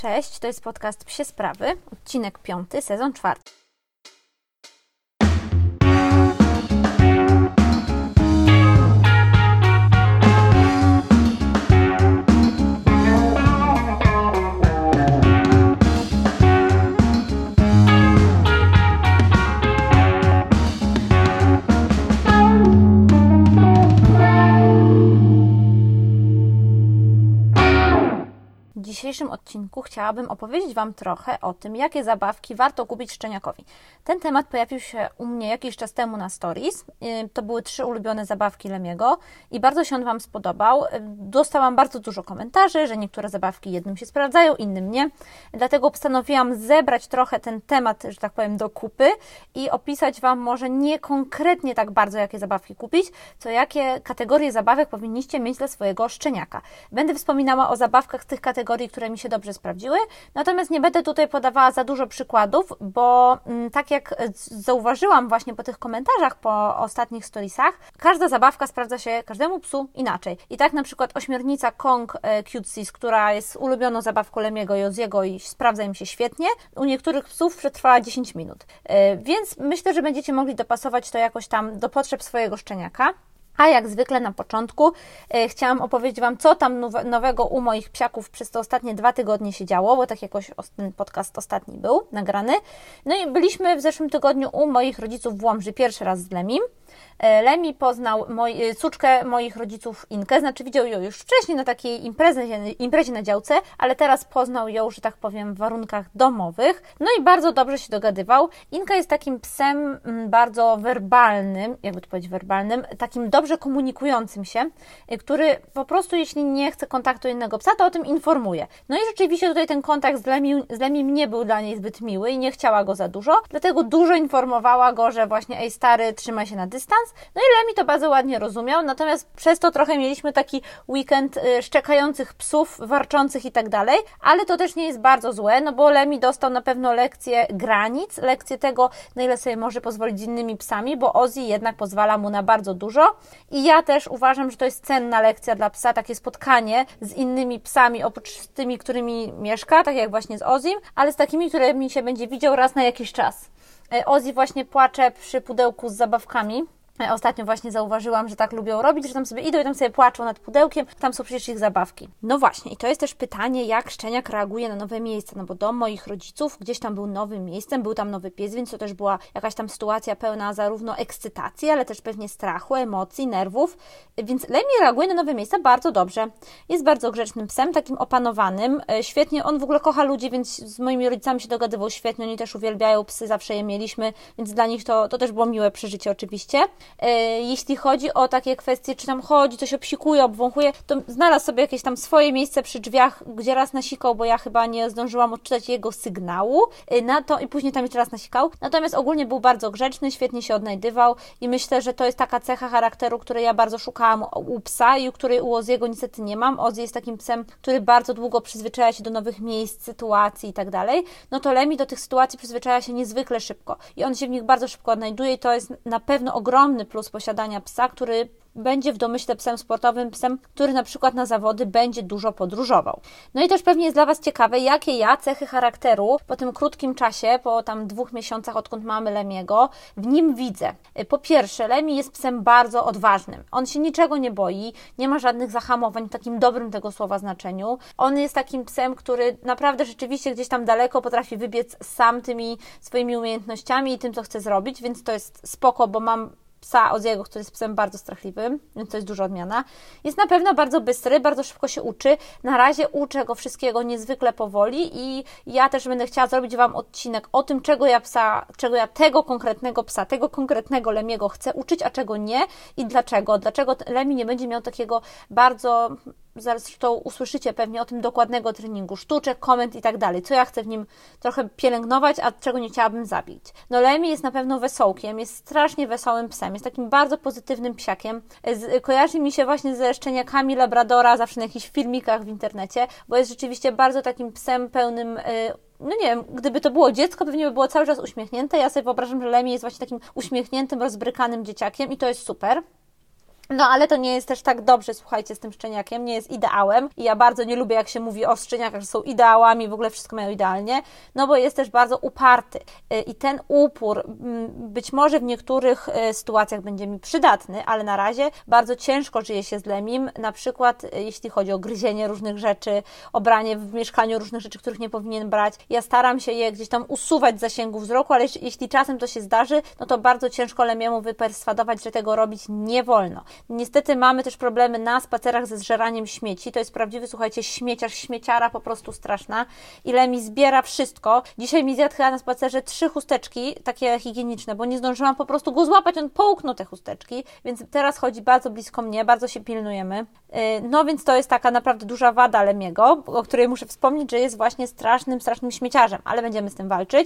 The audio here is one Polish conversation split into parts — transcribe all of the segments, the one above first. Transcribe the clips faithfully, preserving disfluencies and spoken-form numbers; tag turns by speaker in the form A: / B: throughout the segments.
A: Cześć, to jest podcast Psie Sprawy, odcinek piąty, sezon czwarty. W dzisiejszym odcinku chciałabym opowiedzieć Wam trochę o tym, jakie zabawki warto kupić szczeniakowi. Ten temat pojawił się u mnie jakiś czas temu na stories. To były trzy ulubione zabawki Lemiego i bardzo się on Wam spodobał. Dostałam bardzo dużo komentarzy, że niektóre zabawki jednym się sprawdzają, innym nie. Dlatego postanowiłam zebrać trochę ten temat, że tak powiem, do kupy i opisać Wam może nie konkretnie tak bardzo, jakie zabawki kupić, co jakie kategorie zabawek powinniście mieć dla swojego szczeniaka. Będę wspominała o zabawkach z tych kategorii, które mi się dobrze sprawdziły, natomiast nie będę tutaj podawała za dużo przykładów, bo m, tak jak zauważyłam właśnie po tych komentarzach, po ostatnich storiesach, każda zabawka sprawdza się każdemu psu inaczej. I tak na przykład ośmiornica Kong e, Cuties, która jest ulubioną zabawką Lemiego i Oziego i sprawdza im się świetnie, u niektórych psów przetrwała dziesięć minut. E, więc myślę, że będziecie mogli dopasować to jakoś tam do potrzeb swojego szczeniaka. A jak zwykle na początku e, chciałam opowiedzieć Wam, co tam nowe, nowego u moich psiaków przez te ostatnie dwa tygodnie się działo, bo tak jakoś ten podcast ostatni był nagrany. No i byliśmy w zeszłym tygodniu u moich rodziców w Łomży, pierwszy raz z Lemim. E, Lemi poznał moj, córkę moich rodziców Inkę, znaczy widział ją już wcześniej na takiej imprezie, imprezie na działce, ale teraz poznał ją, że tak powiem, w warunkach domowych. No i bardzo dobrze się dogadywał. Inka jest takim psem bardzo werbalnym, jakby to powiedzieć werbalnym, takim dobrze komunikującym się, który po prostu jeśli nie chce kontaktu innego psa, to o tym informuje. No i rzeczywiście tutaj ten kontakt z Lemim, z Lemim nie był dla niej zbyt miły i nie chciała go za dużo, dlatego dużo informowała go, że właśnie ej stary, trzymaj się na dystans. No i Lemi to bardzo ładnie rozumiał, natomiast przez to trochę mieliśmy taki weekend szczekających psów, warczących i tak dalej, ale to też nie jest bardzo złe, no bo Lemi dostał na pewno lekcję granic, lekcję tego, na ile sobie może pozwolić z innymi psami, bo Ozzy jednak pozwala mu na bardzo dużo. I ja też uważam, że to jest cenna lekcja dla psa, takie spotkanie z innymi psami, oprócz tymi, którymi mieszka, tak jak właśnie z Ozzym, ale z takimi, którymi się będzie widział raz na jakiś czas. Ozzy właśnie płacze przy pudełku z zabawkami. Ostatnio właśnie zauważyłam, że tak lubią robić, że tam sobie idą i tam sobie płaczą nad pudełkiem, tam są przecież ich zabawki. No właśnie, i to jest też pytanie, jak szczeniak reaguje na nowe miejsca, no bo dom moich rodziców gdzieś tam był nowym miejscem, był tam nowy pies, więc to też była jakaś tam sytuacja pełna zarówno ekscytacji, ale też pewnie strachu, emocji, nerwów, więc Lemi reaguje na nowe miejsca bardzo dobrze. Jest bardzo grzecznym psem, takim opanowanym, świetnie, on w ogóle kocha ludzi, więc z moimi rodzicami się dogadywał świetnie, oni też uwielbiają psy, zawsze je mieliśmy, więc dla nich to, to też było miłe przeżycie oczywiście. Jeśli chodzi o takie kwestie, czy tam chodzi, coś obsikuje, obwąchuje, to znalazł sobie jakieś tam swoje miejsce przy drzwiach, gdzie raz nasikał, bo ja chyba nie zdążyłam odczytać jego sygnału na to i później tam jeszcze raz nasikał. Natomiast ogólnie był bardzo grzeczny, świetnie się odnajdywał i myślę, że to jest taka cecha charakteru, której ja bardzo szukałam u psa i której u Ozzy'ego niestety nie mam. Ozzy jest takim psem, który bardzo długo przyzwyczaja się do nowych miejsc, sytuacji i tak dalej. No to Lemi do tych sytuacji przyzwyczaja się niezwykle szybko i on się w nich bardzo szybko odnajduje i to jest na pewno ogromny plus posiadania psa, który będzie w domyśle psem sportowym, psem, który na przykład na zawody będzie dużo podróżował. No i też pewnie jest dla Was ciekawe, jakie ja cechy charakteru po tym krótkim czasie, po tam dwóch miesiącach, odkąd mamy Lemiego, w nim widzę. Po pierwsze, Lemi jest psem bardzo odważnym. On się niczego nie boi, nie ma żadnych zahamowań w takim dobrym tego słowa znaczeniu. On jest takim psem, który naprawdę rzeczywiście gdzieś tam daleko potrafi wybiec sam tymi swoimi umiejętnościami i tym, co chce zrobić, więc to jest spoko, bo mam psa Ozzy'ego, który jest psem bardzo strachliwym, więc to jest duża odmiana. Jest na pewno bardzo bystry, bardzo szybko się uczy. Na razie uczę go wszystkiego niezwykle powoli i ja też będę chciała zrobić Wam odcinek o tym, czego ja psa, czego ja tego konkretnego psa, tego konkretnego Lemiego chcę uczyć, a czego nie i dlaczego. Dlaczego Lemi nie będzie miał takiego bardzo, zresztą usłyszycie pewnie o tym, dokładnego treningu, sztuczek, komend i tak dalej, co ja chcę w nim trochę pielęgnować, a czego nie chciałabym zabić. No Lemi jest na pewno wesołkiem, jest strasznie wesołym psem, jest takim bardzo pozytywnym psiakiem. Z, kojarzy mi się właśnie ze szczeniakami Labradora, zawsze na jakichś filmikach w internecie, bo jest rzeczywiście bardzo takim psem pełnym y, no nie wiem, gdyby to było dziecko, pewnie by było cały czas uśmiechnięte. Ja sobie wyobrażam, że Lemi jest właśnie takim uśmiechniętym, rozbrykanym dzieciakiem i to jest super. No, ale to nie jest też tak dobrze, słuchajcie, z tym szczeniakiem, nie jest ideałem i ja bardzo nie lubię, jak się mówi o szczeniakach, że są ideałami, w ogóle wszystko mają idealnie, no bo jest też bardzo uparty i ten upór być może w niektórych sytuacjach będzie mi przydatny, ale na razie bardzo ciężko żyje się z Lemim, na przykład jeśli chodzi o gryzienie różnych rzeczy, o branie w mieszkaniu różnych rzeczy, których nie powinien brać. Ja staram się je gdzieś tam usuwać z zasięgu wzroku, ale jeśli czasem to się zdarzy, no to bardzo ciężko Lemiemu wyperswadować, że tego robić nie wolno. Niestety mamy też problemy na spacerach ze zżeraniem śmieci. To jest prawdziwy, słuchajcie, śmieciarz, śmieciara po prostu straszna. Ile mi zbiera wszystko. Dzisiaj mi zjadł chyba na spacerze trzy chusteczki, takie higieniczne, bo nie zdążyłam po prostu go złapać, on połknął te chusteczki, więc teraz chodzi bardzo blisko mnie, bardzo się pilnujemy. No więc to jest taka naprawdę duża wada Lemiego, o której muszę wspomnieć, że jest właśnie strasznym, strasznym śmieciarzem, ale będziemy z tym walczyć.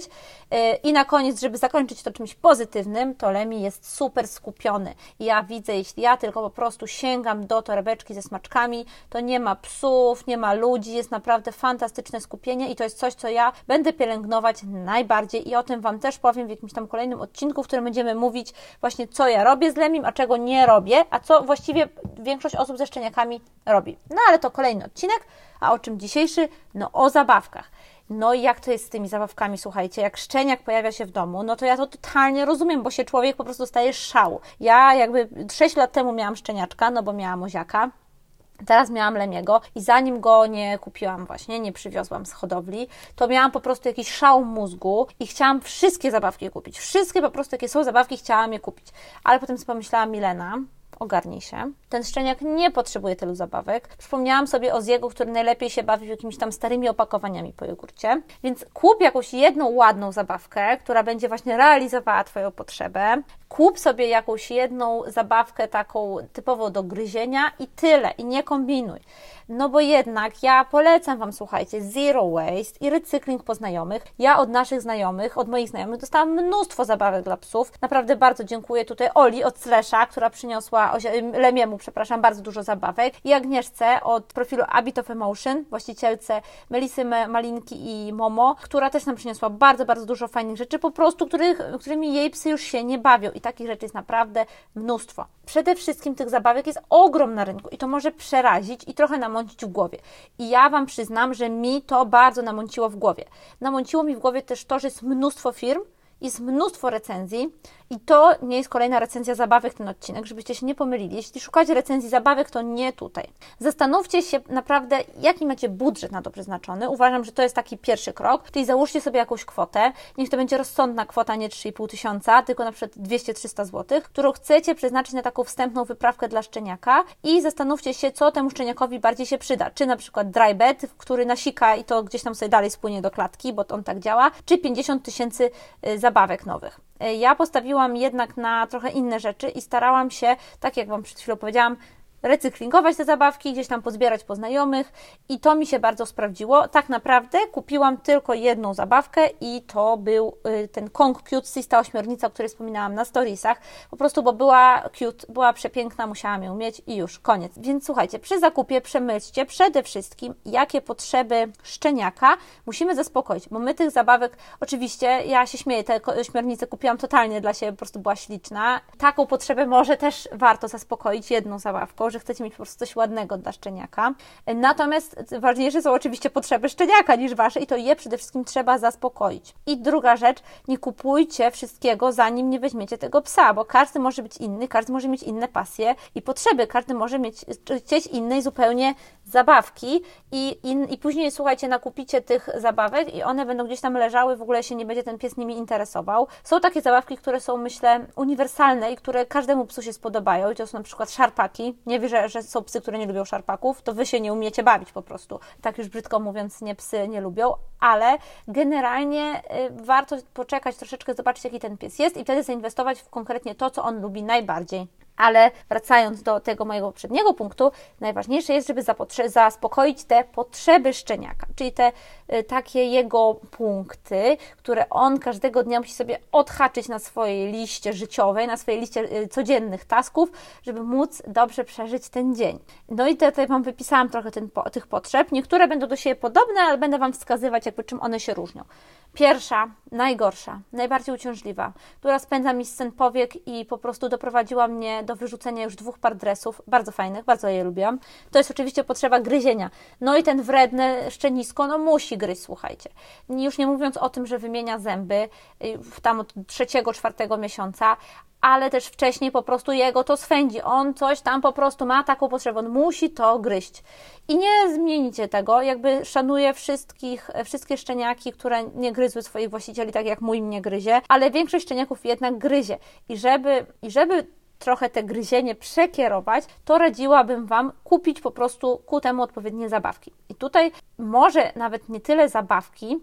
A: I na koniec, żeby zakończyć to czymś pozytywnym, to Lemi jest super skupiony. Ja widzę, jeśli ja tylko po prostu sięgam do torebeczki ze smaczkami, to nie ma psów, nie ma ludzi, jest naprawdę fantastyczne skupienie i to jest coś, co ja będę pielęgnować najbardziej i o tym Wam też powiem w jakimś tam kolejnym odcinku, w którym będziemy mówić właśnie, co ja robię z Lemim, a czego nie robię, a co właściwie większość osób ze szczeniakami robi. No ale to kolejny odcinek, a o czym dzisiejszy? No o zabawkach. No i jak to jest z tymi zabawkami, słuchajcie, jak szczeniak pojawia się w domu, no to ja to totalnie rozumiem, bo się człowiek po prostu dostaje szału. Ja jakby sześć lat temu miałam szczeniaczka, no bo miałam Moziaka. Teraz miałam Lemiego i zanim go nie kupiłam właśnie, nie przywiozłam z hodowli, to miałam po prostu jakiś szał mózgu i chciałam wszystkie zabawki kupić. Wszystkie po prostu, jakie są zabawki, chciałam je kupić. Ale potem sobie pomyślałam, Milena, ogarnij się. Ten szczeniak nie potrzebuje tylu zabawek. Przypomniałam sobie o Ziegu, który najlepiej się bawi jakimiś tam starymi opakowaniami po jogurcie. Więc kup jakąś jedną ładną zabawkę, która będzie właśnie realizowała Twoją potrzebę. Kup sobie jakąś jedną zabawkę taką typową do gryzienia i tyle. I nie kombinuj. No bo jednak ja polecam Wam, słuchajcie, zero waste i recykling po znajomych. Ja od naszych znajomych, od moich znajomych dostałam mnóstwo zabawek dla psów. Naprawdę bardzo dziękuję tutaj Oli od Slasha, która przyniosła Lemiemu, przepraszam, bardzo dużo zabawek i Agnieszce od profilu Habit of Emotion, właścicielce Melisy Malinki i Momo, która też nam przyniosła bardzo, bardzo dużo fajnych rzeczy, po prostu, których, którymi jej psy już się nie bawią i takich rzeczy jest naprawdę mnóstwo. Przede wszystkim tych zabawek jest ogrom na rynku i to może przerazić i trochę namącić w głowie. I ja Wam przyznam, że mi to bardzo namąciło w głowie. Namąciło mi w głowie też to, że jest mnóstwo firm, jest mnóstwo recenzji i to nie jest kolejna recenzja zabawek ten odcinek, żebyście się nie pomylili. Jeśli szukacie recenzji zabawek, to nie tutaj. Zastanówcie się naprawdę, jaki macie budżet na to przeznaczony. Uważam, że to jest taki pierwszy krok, czyli załóżcie sobie jakąś kwotę. Niech to będzie rozsądna kwota, nie trzy i pół tysiąca, tylko na przykład dwieście do trzystu złotych, którą chcecie przeznaczyć na taką wstępną wyprawkę dla szczeniaka i zastanówcie się, co temu szczeniakowi bardziej się przyda. Czy na przykład dry bed, który nasika i to gdzieś tam sobie dalej spłynie do klatki, bo on tak działa, czy pięćdziesiąt tysięcy zabawek nowych. Ja postawiłam jednak na trochę inne rzeczy i starałam się, tak jak Wam przed chwilą powiedziałam, recyklingować te zabawki, gdzieś tam pozbierać po znajomych i to mi się bardzo sprawdziło. Tak naprawdę kupiłam tylko jedną zabawkę i to był ten Kong Cute, ta ośmiornica, o której wspominałam na storiesach. Po prostu, bo była cute, była przepiękna, musiałam ją mieć i już, koniec. Więc słuchajcie, przy zakupie przemyślcie przede wszystkim, jakie potrzeby szczeniaka musimy zaspokoić, bo my tych zabawek, oczywiście, ja się śmieję, tę ośmiornicę kupiłam totalnie dla siebie, po prostu była śliczna. Taką potrzebę może też warto zaspokoić jedną zabawką, że chcecie mieć po prostu coś ładnego dla szczeniaka. Natomiast ważniejsze są oczywiście potrzeby szczeniaka niż Wasze i to je przede wszystkim trzeba zaspokoić. I druga rzecz, nie kupujcie wszystkiego, zanim nie weźmiecie tego psa, bo każdy może być inny, każdy może mieć inne pasje i potrzeby, każdy może mieć, chcieć innej zupełnie zabawki i, in, i później, słuchajcie, nakupicie tych zabawek i one będą gdzieś tam leżały, w ogóle się nie będzie ten pies nimi interesował. Są takie zabawki, które są, myślę, uniwersalne i które każdemu psu się spodobają i to są na przykład szarpaki. Nie wiem, że, że są psy, które nie lubią szarpaków, to Wy się nie umiecie bawić po prostu. Tak już brzydko mówiąc, nie, psy nie lubią, ale generalnie y, warto poczekać troszeczkę, zobaczyć, jaki ten pies jest i wtedy zainwestować w konkretnie to, co on lubi najbardziej. Ale wracając do tego mojego poprzedniego punktu, najważniejsze jest, żeby zaspokoić te potrzeby szczeniaka, czyli te y, takie jego punkty, które on każdego dnia musi sobie odhaczyć na swojej liście życiowej, na swojej liście y, codziennych tasków, żeby móc dobrze przeżyć ten dzień. No i tutaj Wam wypisałam trochę ten, po, tych potrzeb. Niektóre będą do siebie podobne, ale będę Wam wskazywać, jakby czym one się różnią. Pierwsza, najgorsza, najbardziej uciążliwa, która spędza mi scen powiek i po prostu doprowadziła mnie do wyrzucenia już dwóch par dresów, bardzo fajnych, bardzo je lubiłam. To jest oczywiście potrzeba gryzienia. No i ten wredne szczenisko, no musi gryźć, słuchajcie. Już nie mówiąc o tym, że wymienia zęby tam od trzeciego, czwartego miesiąca, ale też wcześniej po prostu jego to swędzi. On coś tam po prostu ma taką potrzebę, on musi to gryźć. I nie zmienicie tego, jakby szanuję wszystkich, wszystkie szczeniaki, które nie gryzły swoich właścicieli, tak jak mój mnie gryzie, ale większość szczeniaków jednak gryzie. I żeby, i żeby trochę te gryzienie przekierować, to radziłabym Wam kupić po prostu ku temu odpowiednie zabawki. I tutaj może nawet nie tyle zabawki,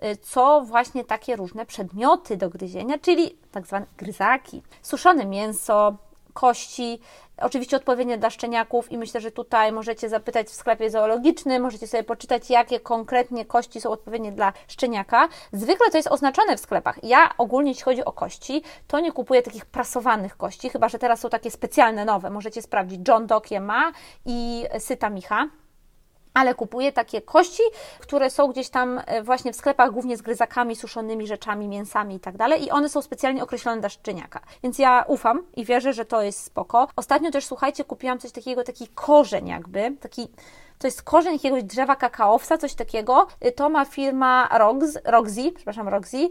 A: co właśnie takie różne przedmioty do gryzienia, czyli tak zwane gryzaki, suszone mięso, kości, oczywiście odpowiednie dla szczeniaków i myślę, że tutaj możecie zapytać w sklepie zoologicznym, możecie sobie poczytać, jakie konkretnie kości są odpowiednie dla szczeniaka. Zwykle to jest oznaczone w sklepach. Ja ogólnie, jeśli chodzi o kości, to nie kupuję takich prasowanych kości, chyba że teraz są takie specjalne, nowe. Możecie sprawdzić, John Dock je ma i Syta Micha. Ale kupuję takie kości, które są gdzieś tam właśnie w sklepach, głównie z gryzakami, suszonymi rzeczami, mięsami i tak dalej i one są specjalnie określone dla szczeniaka. Więc ja ufam i wierzę, że to jest spoko. Ostatnio też, słuchajcie, kupiłam coś takiego, taki korzeń jakby, taki... To jest korzeń jakiegoś drzewa kakaowca, coś takiego. To ma firma Rogs, Roxy, przepraszam, Roxy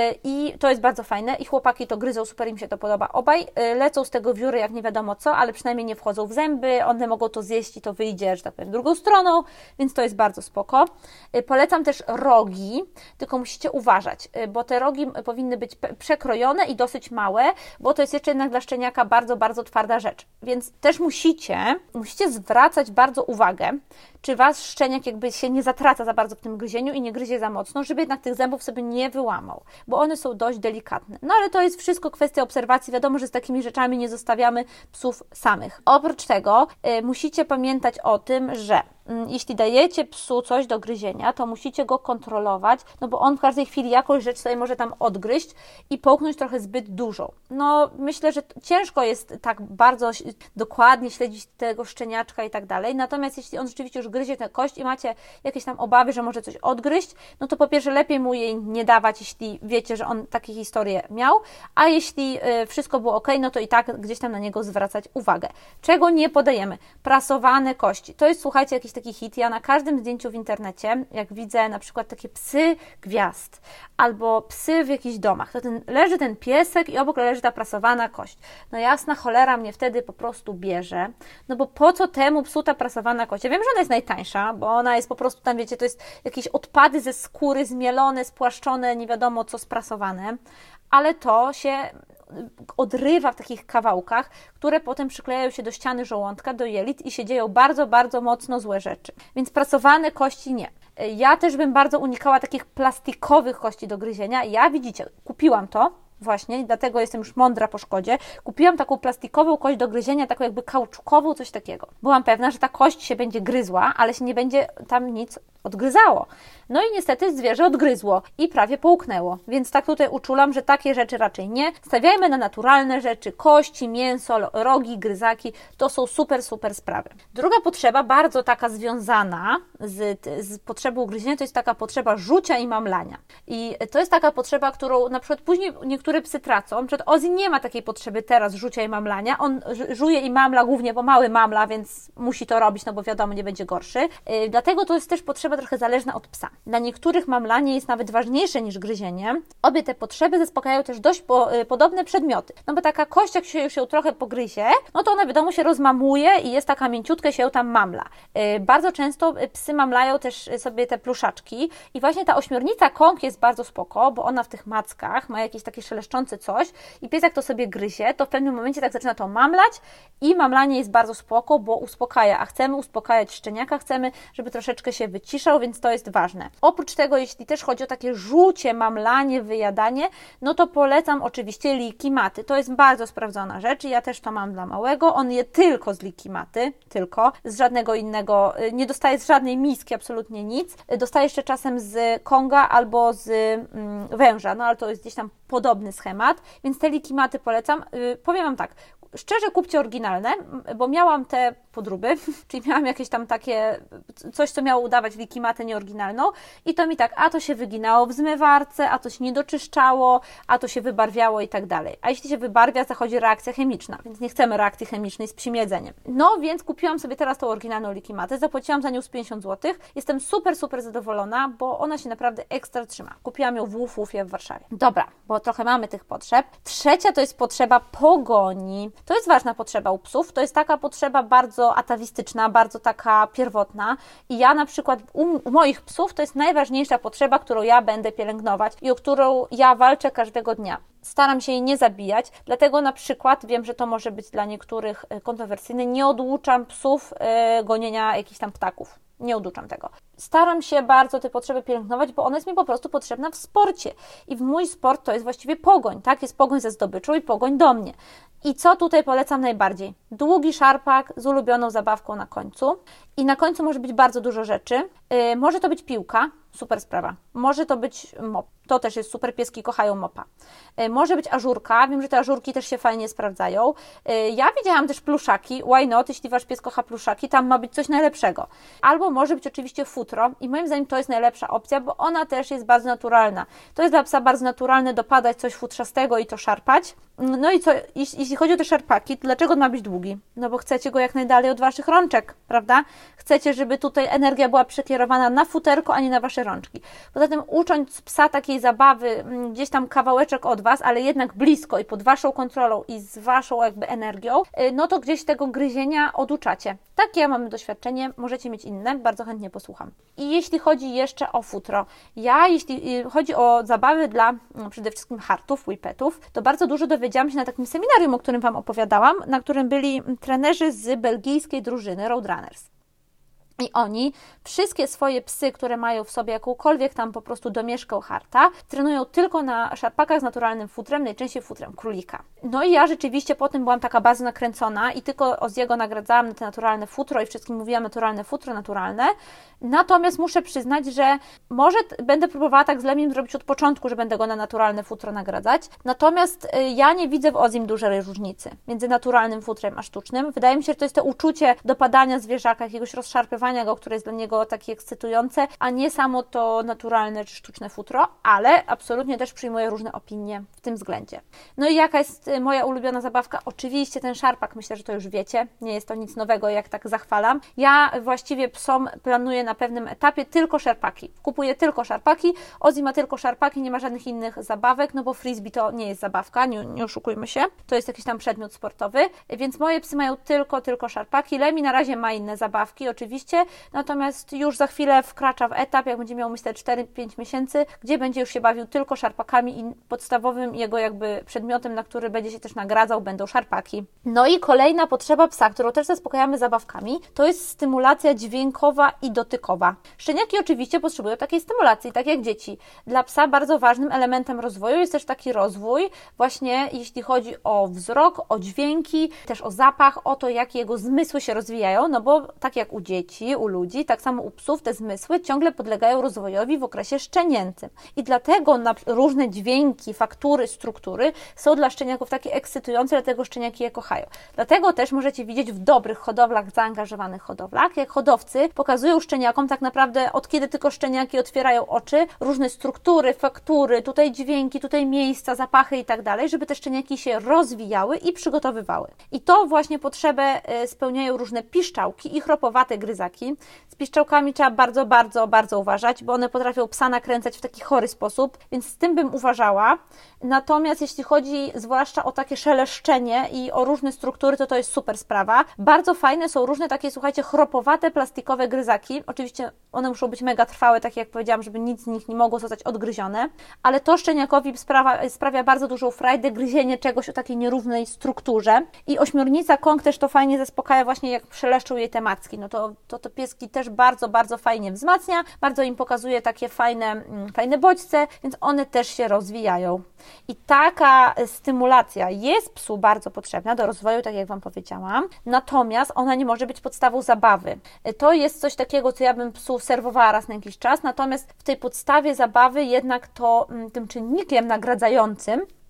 A: i to jest bardzo fajne i chłopaki to gryzą, super im się to podoba. Obaj lecą z tego wióry jak nie wiadomo co, ale przynajmniej nie wchodzą w zęby, one mogą to zjeść i to wyjdzie, że tak powiem, drugą stroną, więc to jest bardzo spoko. Polecam też rogi, tylko musicie uważać, bo te rogi powinny być przekrojone i dosyć małe, bo to jest jeszcze jednak dla szczeniaka bardzo, bardzo twarda rzecz. Więc też musicie, musicie zwracać bardzo uwagę, czy Wasz szczeniak jakby się nie zatraca za bardzo w tym gryzieniu i nie gryzie za mocno, żeby jednak tych zębów sobie nie wyłamał, bo one są dość delikatne. No ale to jest wszystko kwestia obserwacji. Wiadomo, że z takimi rzeczami nie zostawiamy psów samych. Oprócz tego y, musicie pamiętać o tym, że jeśli dajecie psu coś do gryzienia, to musicie go kontrolować, no bo on w każdej chwili jakąś rzecz sobie może tam odgryźć i połknąć trochę zbyt dużą. No myślę, że ciężko jest tak bardzo dokładnie śledzić tego szczeniaczka i tak dalej, natomiast jeśli on rzeczywiście już gryzie tę kość i macie jakieś tam obawy, że może coś odgryźć, no to po pierwsze lepiej mu jej nie dawać, jeśli wiecie, że on takie historie miał, a jeśli wszystko było ok, no to i tak gdzieś tam na niego zwracać uwagę. Czego nie podajemy? Prasowane kości. To jest, słuchajcie, jakiś taki hit. Ja na każdym zdjęciu w internecie, jak widzę na przykład takie psy gwiazd albo psy w jakichś domach, to ten, leży ten piesek i obok leży ta prasowana kość. No jasna cholera mnie wtedy po prostu bierze, no bo po co temu psu ta prasowana kość? Ja wiem, że ona jest najtańsza, bo ona jest po prostu tam, wiecie, to jest jakieś odpady ze skóry zmielone, spłaszczone, nie wiadomo co sprasowane, ale to się odrywa w takich kawałkach, które potem przyklejają się do ściany żołądka, do jelit i się dzieją bardzo, bardzo mocno złe rzeczy. Więc prasowane kości nie. Ja też bym bardzo unikała takich plastikowych kości do gryzienia. Ja, widzicie, kupiłam to właśnie, dlatego jestem już mądra po szkodzie. Kupiłam taką plastikową kość do gryzienia, taką jakby kauczukową, coś takiego. Byłam pewna, że ta kość się będzie gryzła, ale się nie będzie tam nic odgryzało. No i niestety zwierzę odgryzło i prawie połknęło. Więc tak tutaj uczulam, że takie rzeczy raczej nie. Stawiajmy na naturalne rzeczy, kości, mięso, rogi, gryzaki. To są super, super sprawy. Druga potrzeba, bardzo taka związana z, z potrzebą gryzienia, to jest taka potrzeba rzucia i mamlania. I to jest taka potrzeba, którą na przykład później niektóre psy tracą. Przed Ozzy nie ma takiej potrzeby teraz rzucia i mamlania. On żuje i mamla głównie, bo mały mamla, więc musi to robić, no bo wiadomo, nie będzie gorszy. Yy, dlatego to jest też potrzeba trochę zależna od psa. Dla niektórych mamlanie jest nawet ważniejsze niż gryzienie. Obie te potrzeby zaspokajają też dość po, y, podobne przedmioty. No bo taka kość, jak się już ją trochę pogryzie, no to ona wiadomo się rozmamuje i jest taka mięciutka, się ją tam mamla. Y, bardzo często psy mamlają też sobie te pluszaczki i właśnie ta ośmiornica Kong jest bardzo spoko, bo ona w tych mackach ma jakieś takie szeleszczące coś i pies jak to sobie gryzie, to w pewnym momencie tak zaczyna to mamlać i mamlanie jest bardzo spoko, bo uspokaja, a chcemy uspokajać szczeniaka, chcemy, żeby troszeczkę się wyciszał, więc to jest ważne. Oprócz tego, jeśli też chodzi o takie rzucie, mamlanie, wyjadanie, no to polecam oczywiście Likimaty. To jest bardzo sprawdzona rzecz i ja też to mam dla małego. On je tylko z Likimaty, tylko, z żadnego innego, nie dostaje z żadnej miski, absolutnie nic. Dostaje jeszcze czasem z Konga albo z mm, węża, no ale to jest gdzieś tam podobny schemat, więc te Likimaty polecam. Yy, powiem Wam tak, Szczerze kupcie oryginalne, bo miałam te podróby, czyli miałam jakieś tam takie, coś co miało udawać likimatę nieoryginalną i to mi tak, a to się wyginało w zmywarce, a to się nie doczyszczało, a to się wybarwiało i tak dalej. A jeśli się wybarwia, zachodzi reakcja chemiczna, więc nie chcemy reakcji chemicznej z psim jedzeniem. No więc kupiłam sobie teraz tą oryginalną likimatę, zapłaciłam za nią z pięćdziesiąt złotych. Jestem super, super zadowolona, bo ona się naprawdę ekstra trzyma. Kupiłam ją w Łufufie w Warszawie. Dobra, bo trochę mamy tych potrzeb. Trzecia to jest potrzeba pogoni. To jest ważna potrzeba u psów. To jest taka potrzeba bardzo atawistyczna, bardzo taka pierwotna i ja na przykład u, u moich psów to jest najważniejsza potrzeba, którą ja będę pielęgnować i o którą ja walczę każdego dnia. Staram się jej nie zabijać, dlatego na przykład, wiem, że to może być dla niektórych kontrowersyjne, nie oduczam psów yy, gonienia jakichś tam ptaków. Nie oduczam tego. Staram się bardzo te potrzeby pielęgnować, bo ona jest mi po prostu potrzebna w sporcie. I w mój sport to jest właściwie pogoń, tak? Jest pogoń ze zdobyczą i pogoń do mnie. I co tutaj polecam najbardziej? Długi szarpak z ulubioną zabawką na końcu. I na końcu może być bardzo dużo rzeczy. Yy, może to być piłka, super sprawa. Może to być mop. To też jest super, pieski kochają mopa. Yy, może być ażurka, wiem, że te ażurki też się fajnie sprawdzają. Yy, ja widziałam też pluszaki, why not, jeśli Wasz pies kocha pluszaki, tam ma być coś najlepszego. Albo może być oczywiście futro i moim zdaniem to jest najlepsza opcja, bo ona też jest bardzo naturalna. To jest dla psa bardzo naturalne dopadać coś futrzastego i to szarpać. No i co, jeśli chodzi o te szarpaki, to dlaczego on ma być długi? No bo chcecie go jak najdalej od Waszych rączek, prawda? Chcecie, żeby tutaj energia była przekierowana na futerko, a nie na Wasze rączki. Poza tym ucząc psa takiej zabawy, gdzieś tam kawałeczek od Was, ale jednak blisko i pod Waszą kontrolą i z Waszą jakby energią, no to gdzieś tego gryzienia oduczacie. Takie ja mam doświadczenie, możecie mieć inne, bardzo chętnie posłucham. I jeśli chodzi jeszcze o futro, ja jeśli chodzi o zabawy dla no, przede wszystkim hartów, whippetów, to bardzo dużo dowiedziałam się na takim seminarium, o którym Wam opowiadałam, na którym byli trenerzy z belgijskiej drużyny Roadrunners. I oni wszystkie swoje psy, które mają w sobie jakąkolwiek tam po prostu domieszkę harta, trenują tylko na szarpakach z naturalnym futrem, najczęściej futrem królika. No i ja rzeczywiście potem byłam taka bardzo nakręcona i tylko Oziego nagradzałam na te naturalne futro i wszystkim mówiłam naturalne futro, naturalne. Natomiast muszę przyznać, że może będę próbowała tak z Lemim zrobić od początku, że będę go na naturalne futro nagradzać. Natomiast ja nie widzę w Ozim dużej różnicy między naturalnym futrem a sztucznym. Wydaje mi się, że to jest to uczucie dopadania zwierzaka, jakiegoś rozszarpywania go, które jest dla niego takie ekscytujące, a nie samo to naturalne czy sztuczne futro, ale absolutnie też przyjmuję różne opinie w tym względzie. No i jaka jest moja ulubiona zabawka? Oczywiście ten szarpak, myślę, że to już wiecie, nie jest to nic nowego, jak tak zachwalam. Ja właściwie psom planuję na pewnym etapie tylko szarpaki. Kupuję tylko szarpaki, Ozzy ma tylko szarpaki, nie ma żadnych innych zabawek, no bo frisbee to nie jest zabawka, nie, nie oszukujmy się, to jest jakiś tam przedmiot sportowy, więc moje psy mają tylko, tylko szarpaki. Lemi na razie ma inne zabawki, oczywiście, natomiast już za chwilę wkracza w etap, jak będzie miał myślę cztery pięć miesięcy, gdzie będzie już się bawił tylko szarpakami i podstawowym jego jakby przedmiotem, na który będzie się też nagradzał, będą szarpaki. No i kolejna potrzeba psa, którą też zaspokajamy zabawkami, to jest stymulacja dźwiękowa i dotykowa. Szczeniaki oczywiście potrzebują takiej stymulacji, tak jak dzieci. Dla psa bardzo ważnym elementem rozwoju jest też taki rozwój właśnie jeśli chodzi o wzrok, o dźwięki, też o zapach, o to, jak jego zmysły się rozwijają, no bo tak jak u dzieci, u ludzi, tak samo u psów te zmysły ciągle podlegają rozwojowi w okresie szczenięcym. I dlatego na różne dźwięki, faktury, struktury są dla szczeniaków takie ekscytujące, dlatego szczeniaki je kochają. Dlatego też możecie widzieć w dobrych hodowlach, zaangażowanych hodowlach, jak hodowcy pokazują szczeniakom tak naprawdę od kiedy tylko szczeniaki otwierają oczy, różne struktury, faktury, tutaj dźwięki, tutaj miejsca, zapachy i tak dalej, żeby te szczeniaki się rozwijały i przygotowywały. I to właśnie potrzebę spełniają różne piszczałki i chropowate gryzaki. Z piszczałkami trzeba bardzo, bardzo, bardzo uważać, bo one potrafią psa nakręcać w taki chory sposób, więc z tym bym uważała. Natomiast jeśli chodzi zwłaszcza o takie szeleszczenie i o różne struktury, to to jest super sprawa. Bardzo fajne są różne takie, słuchajcie, chropowate, plastikowe gryzaki. Oczywiście one muszą być mega trwałe, tak jak powiedziałam, żeby nic z nich nie mogło zostać odgryzione, ale to szczeniakowi sprawia, sprawia bardzo dużą frajdę, gryzienie czegoś o takiej nierównej strukturze. I ośmiornica Kong też to fajnie zaspokaja właśnie, jak szeleszczą jej te macki. No to, to te pieski też bardzo, bardzo fajnie wzmacnia, bardzo im pokazuje takie fajne, fajne bodźce, więc one też się rozwijają. I taka stymulacja jest psu bardzo potrzebna do rozwoju, tak jak Wam powiedziałam, natomiast ona nie może być podstawą zabawy. To jest coś takiego, co ja bym psu serwowała raz na jakiś czas, natomiast w tej podstawie zabawy jednak to tym czynnikiem nagradzającym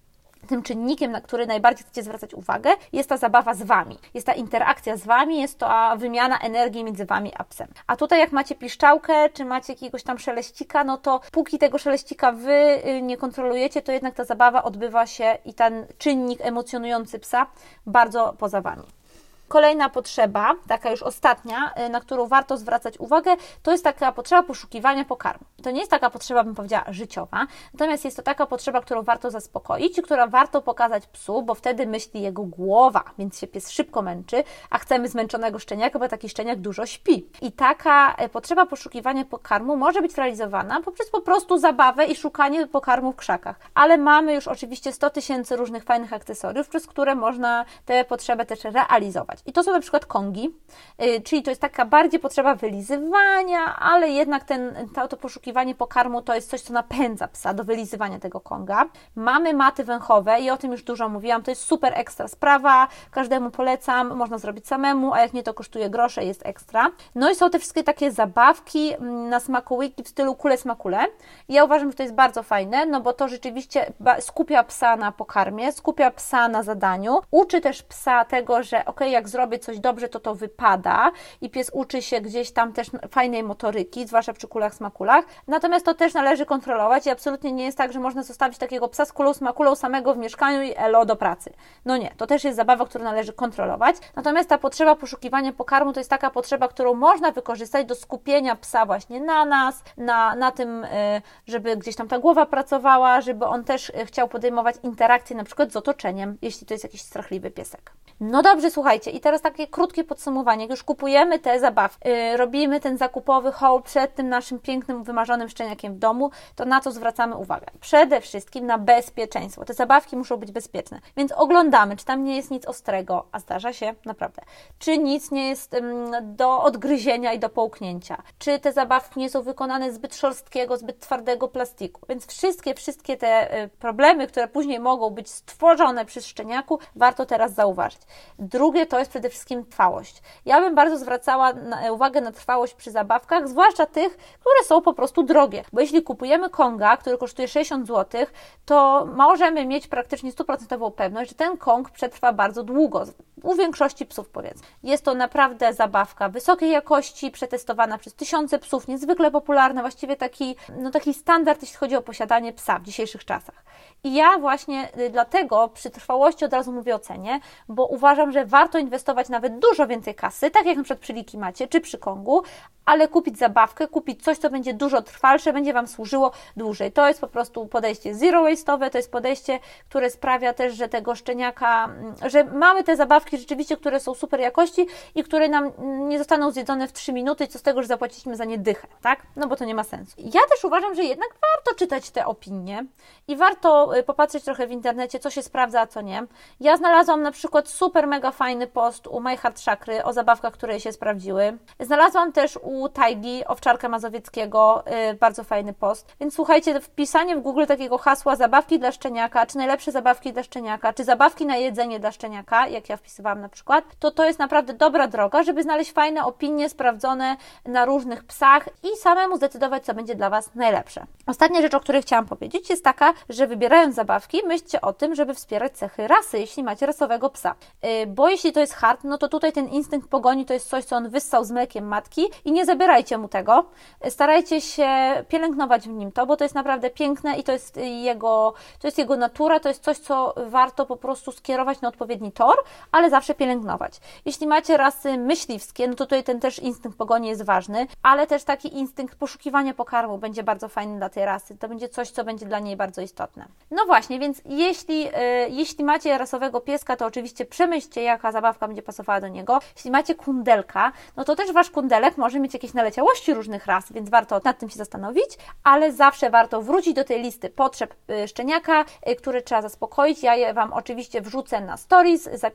A: tym czynnikiem, na który najbardziej chcecie zwracać uwagę, jest ta zabawa z Wami. Jest ta interakcja z Wami, jest to wymiana energii między Wami a psem. A tutaj jak macie piszczałkę, czy macie jakiegoś tam szeleścika, no to póki tego szeleścika Wy nie kontrolujecie, to jednak ta zabawa odbywa się i ten czynnik emocjonujący psa bardzo poza Wami. Kolejna potrzeba, taka już ostatnia, na którą warto zwracać uwagę, to jest taka potrzeba poszukiwania pokarmu. To nie jest taka potrzeba, bym powiedziała, życiowa, natomiast jest to taka potrzeba, którą warto zaspokoić i która warto pokazać psu, bo wtedy myśli jego głowa, więc się pies szybko męczy, a chcemy zmęczonego szczeniaka, bo taki szczeniak dużo śpi. I taka potrzeba poszukiwania pokarmu może być realizowana poprzez po prostu zabawę i szukanie pokarmu w krzakach. Ale mamy już oczywiście sto tysięcy różnych fajnych akcesoriów, przez które można tę potrzebę też realizować. I to są na przykład kongi, yy, czyli to jest taka bardziej potrzeba wylizywania, ale jednak ten, to, to poszukiwanie pokarmu to jest coś, co napędza psa do wylizywania tego konga. Mamy maty węchowe i o tym już dużo mówiłam, to jest super ekstra sprawa, każdemu polecam, można zrobić samemu, a jak nie, to kosztuje grosze, jest ekstra. No i są te wszystkie takie zabawki na smakołyki w stylu kule smakule. Ja uważam, że to jest bardzo fajne, no bo to rzeczywiście skupia psa na pokarmie, skupia psa na zadaniu, uczy też psa tego, że ok, jak zrobię coś dobrze, to to wypada i pies uczy się gdzieś tam też fajnej motoryki, zwłaszcza przy kulach smakulach. Natomiast to też należy kontrolować i absolutnie nie jest tak, że można zostawić takiego psa z kulą smakulą samego w mieszkaniu i elo do pracy. No nie, to też jest zabawa, którą należy kontrolować. Natomiast ta potrzeba poszukiwania pokarmu to jest taka potrzeba, którą można wykorzystać do skupienia psa właśnie na nas, na, na tym, żeby gdzieś tam ta głowa pracowała, żeby on też chciał podejmować interakcje na przykład z otoczeniem, jeśli to jest jakiś strachliwy piesek. No dobrze, słuchajcie, i teraz takie krótkie podsumowanie. Jak już kupujemy te zabawki, yy, robimy ten zakupowy haul przed tym naszym pięknym, wymarzonym szczeniakiem w domu, to na co zwracamy uwagę? Przede wszystkim na bezpieczeństwo. Te zabawki muszą być bezpieczne, więc oglądamy, czy tam nie jest nic ostrego, a zdarza się naprawdę. Czy nic nie jest ym, do odgryzienia i do połknięcia. Czy te zabawki nie są wykonane z zbyt szorstkiego, zbyt twardego plastiku. Więc wszystkie, wszystkie te y, problemy, które później mogą być stworzone przez szczeniaku, warto teraz zauważyć. Drugie to jest przede wszystkim trwałość. Ja bym bardzo zwracała na, uwagę na trwałość przy zabawkach, zwłaszcza tych, które są po prostu drogie. Bo jeśli kupujemy konga, który kosztuje sześćdziesiąt złotych, to możemy mieć praktycznie stuprocentową pewność, że ten kong przetrwa bardzo długo. U większości psów, powiedzmy. Jest to naprawdę zabawka wysokiej jakości, przetestowana przez tysiące psów, niezwykle popularna, właściwie taki, no taki standard, jeśli chodzi o posiadanie psa w dzisiejszych czasach. I ja właśnie dlatego przy trwałości od razu mówię o cenie, bo uważam, że warto inwestować nawet dużo więcej kasy, tak jak na przykład przy Liki macie, czy przy kongu, ale kupić zabawkę, kupić coś, co będzie dużo trwalsze, będzie Wam służyło dłużej. To jest po prostu podejście zero waste'owe, to jest podejście, które sprawia też, że tego szczeniaka, że mamy te zabawki rzeczywiście, które są super jakości i które nam nie zostaną zjedzone w trzy minuty, co z tego, że zapłaciliśmy za nie dychę, tak? No bo to nie ma sensu. Ja też uważam, że jednak warto czytać te opinie i warto popatrzeć trochę w internecie, co się sprawdza, a co nie. Ja znalazłam na przykład super mega fajny post u My Heart Chakry o zabawkach, które się sprawdziły. Znalazłam też u Tajgi, owczarka mazowieckiego, yy, bardzo fajny post. Więc słuchajcie, wpisanie w Google takiego hasła zabawki dla szczeniaka, czy najlepsze zabawki dla szczeniaka, czy zabawki na jedzenie dla szczeniaka, jak ja wpisywałam na przykład, to to jest naprawdę dobra droga, żeby znaleźć fajne opinie sprawdzone na różnych psach i samemu zdecydować, co będzie dla Was najlepsze. Ostatnia rzecz, o której chciałam powiedzieć, jest taka, że wybierając zabawki, myślcie o tym, żeby wspierać cechy rasy, jeśli macie rasowego psa. Yy, bo jeśli to jest hard, no to tutaj ten instynkt pogoni to jest coś, co on wyssał z mlekiem matki i nie zabierajcie mu tego. Starajcie się pielęgnować w nim to, bo to jest naprawdę piękne i to jest jego, to jest jego natura, to jest coś, co warto po prostu skierować na odpowiedni tor, ale zawsze pielęgnować. Jeśli macie rasy myśliwskie, no to tutaj ten też instynkt pogoni jest ważny, ale też taki instynkt poszukiwania pokarmu będzie bardzo fajny dla tej rasy. To będzie coś, co będzie dla niej bardzo istotne. No właśnie, więc jeśli, yy, jeśli macie rasowego pieska, to oczywiście przemyślcie, jaka zabawka będzie pasowała do niego. Jeśli macie kundelka, no to też Wasz kundelek może mieć jakieś naleciałości różnych ras, więc warto nad tym się zastanowić, ale zawsze warto wrócić do tej listy potrzeb szczeniaka, które trzeba zaspokoić. Ja je Wam oczywiście wrzucę na stories, zapiszemy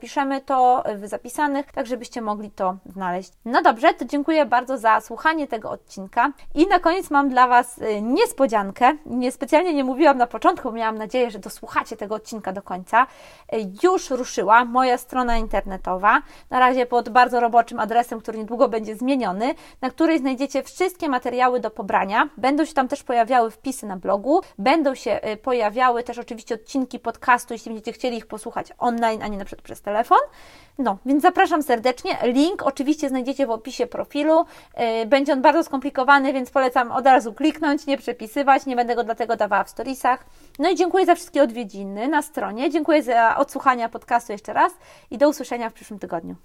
A: to w zapisanych, tak żebyście mogli to znaleźć. No dobrze, to dziękuję bardzo za słuchanie tego odcinka i na koniec mam dla Was niespodziankę. Niespecjalnie nie mówiłam na początku, bo miałam nadzieję, że dosłuchacie tego odcinka do końca. Już ruszyła moja strona internetowa, na razie pod bardzo roboczym adresem, który niedługo będzie zmieniony, na której znajdziecie wszystkie materiały do pobrania. Będą się tam też pojawiały wpisy na blogu, będą się pojawiały też oczywiście odcinki podcastu, jeśli będziecie chcieli ich posłuchać online, a nie na przykład przez telefon. No, więc zapraszam serdecznie. Link oczywiście znajdziecie w opisie profilu. Będzie on bardzo skomplikowany, więc polecam od razu kliknąć, nie przepisywać, nie będę go dlatego dawała w storiesach. No i dziękuję za wszystkie odwiedziny na stronie, dziękuję za odsłuchania podcastu jeszcze raz i do usłyszenia w przyszłym tygodniu.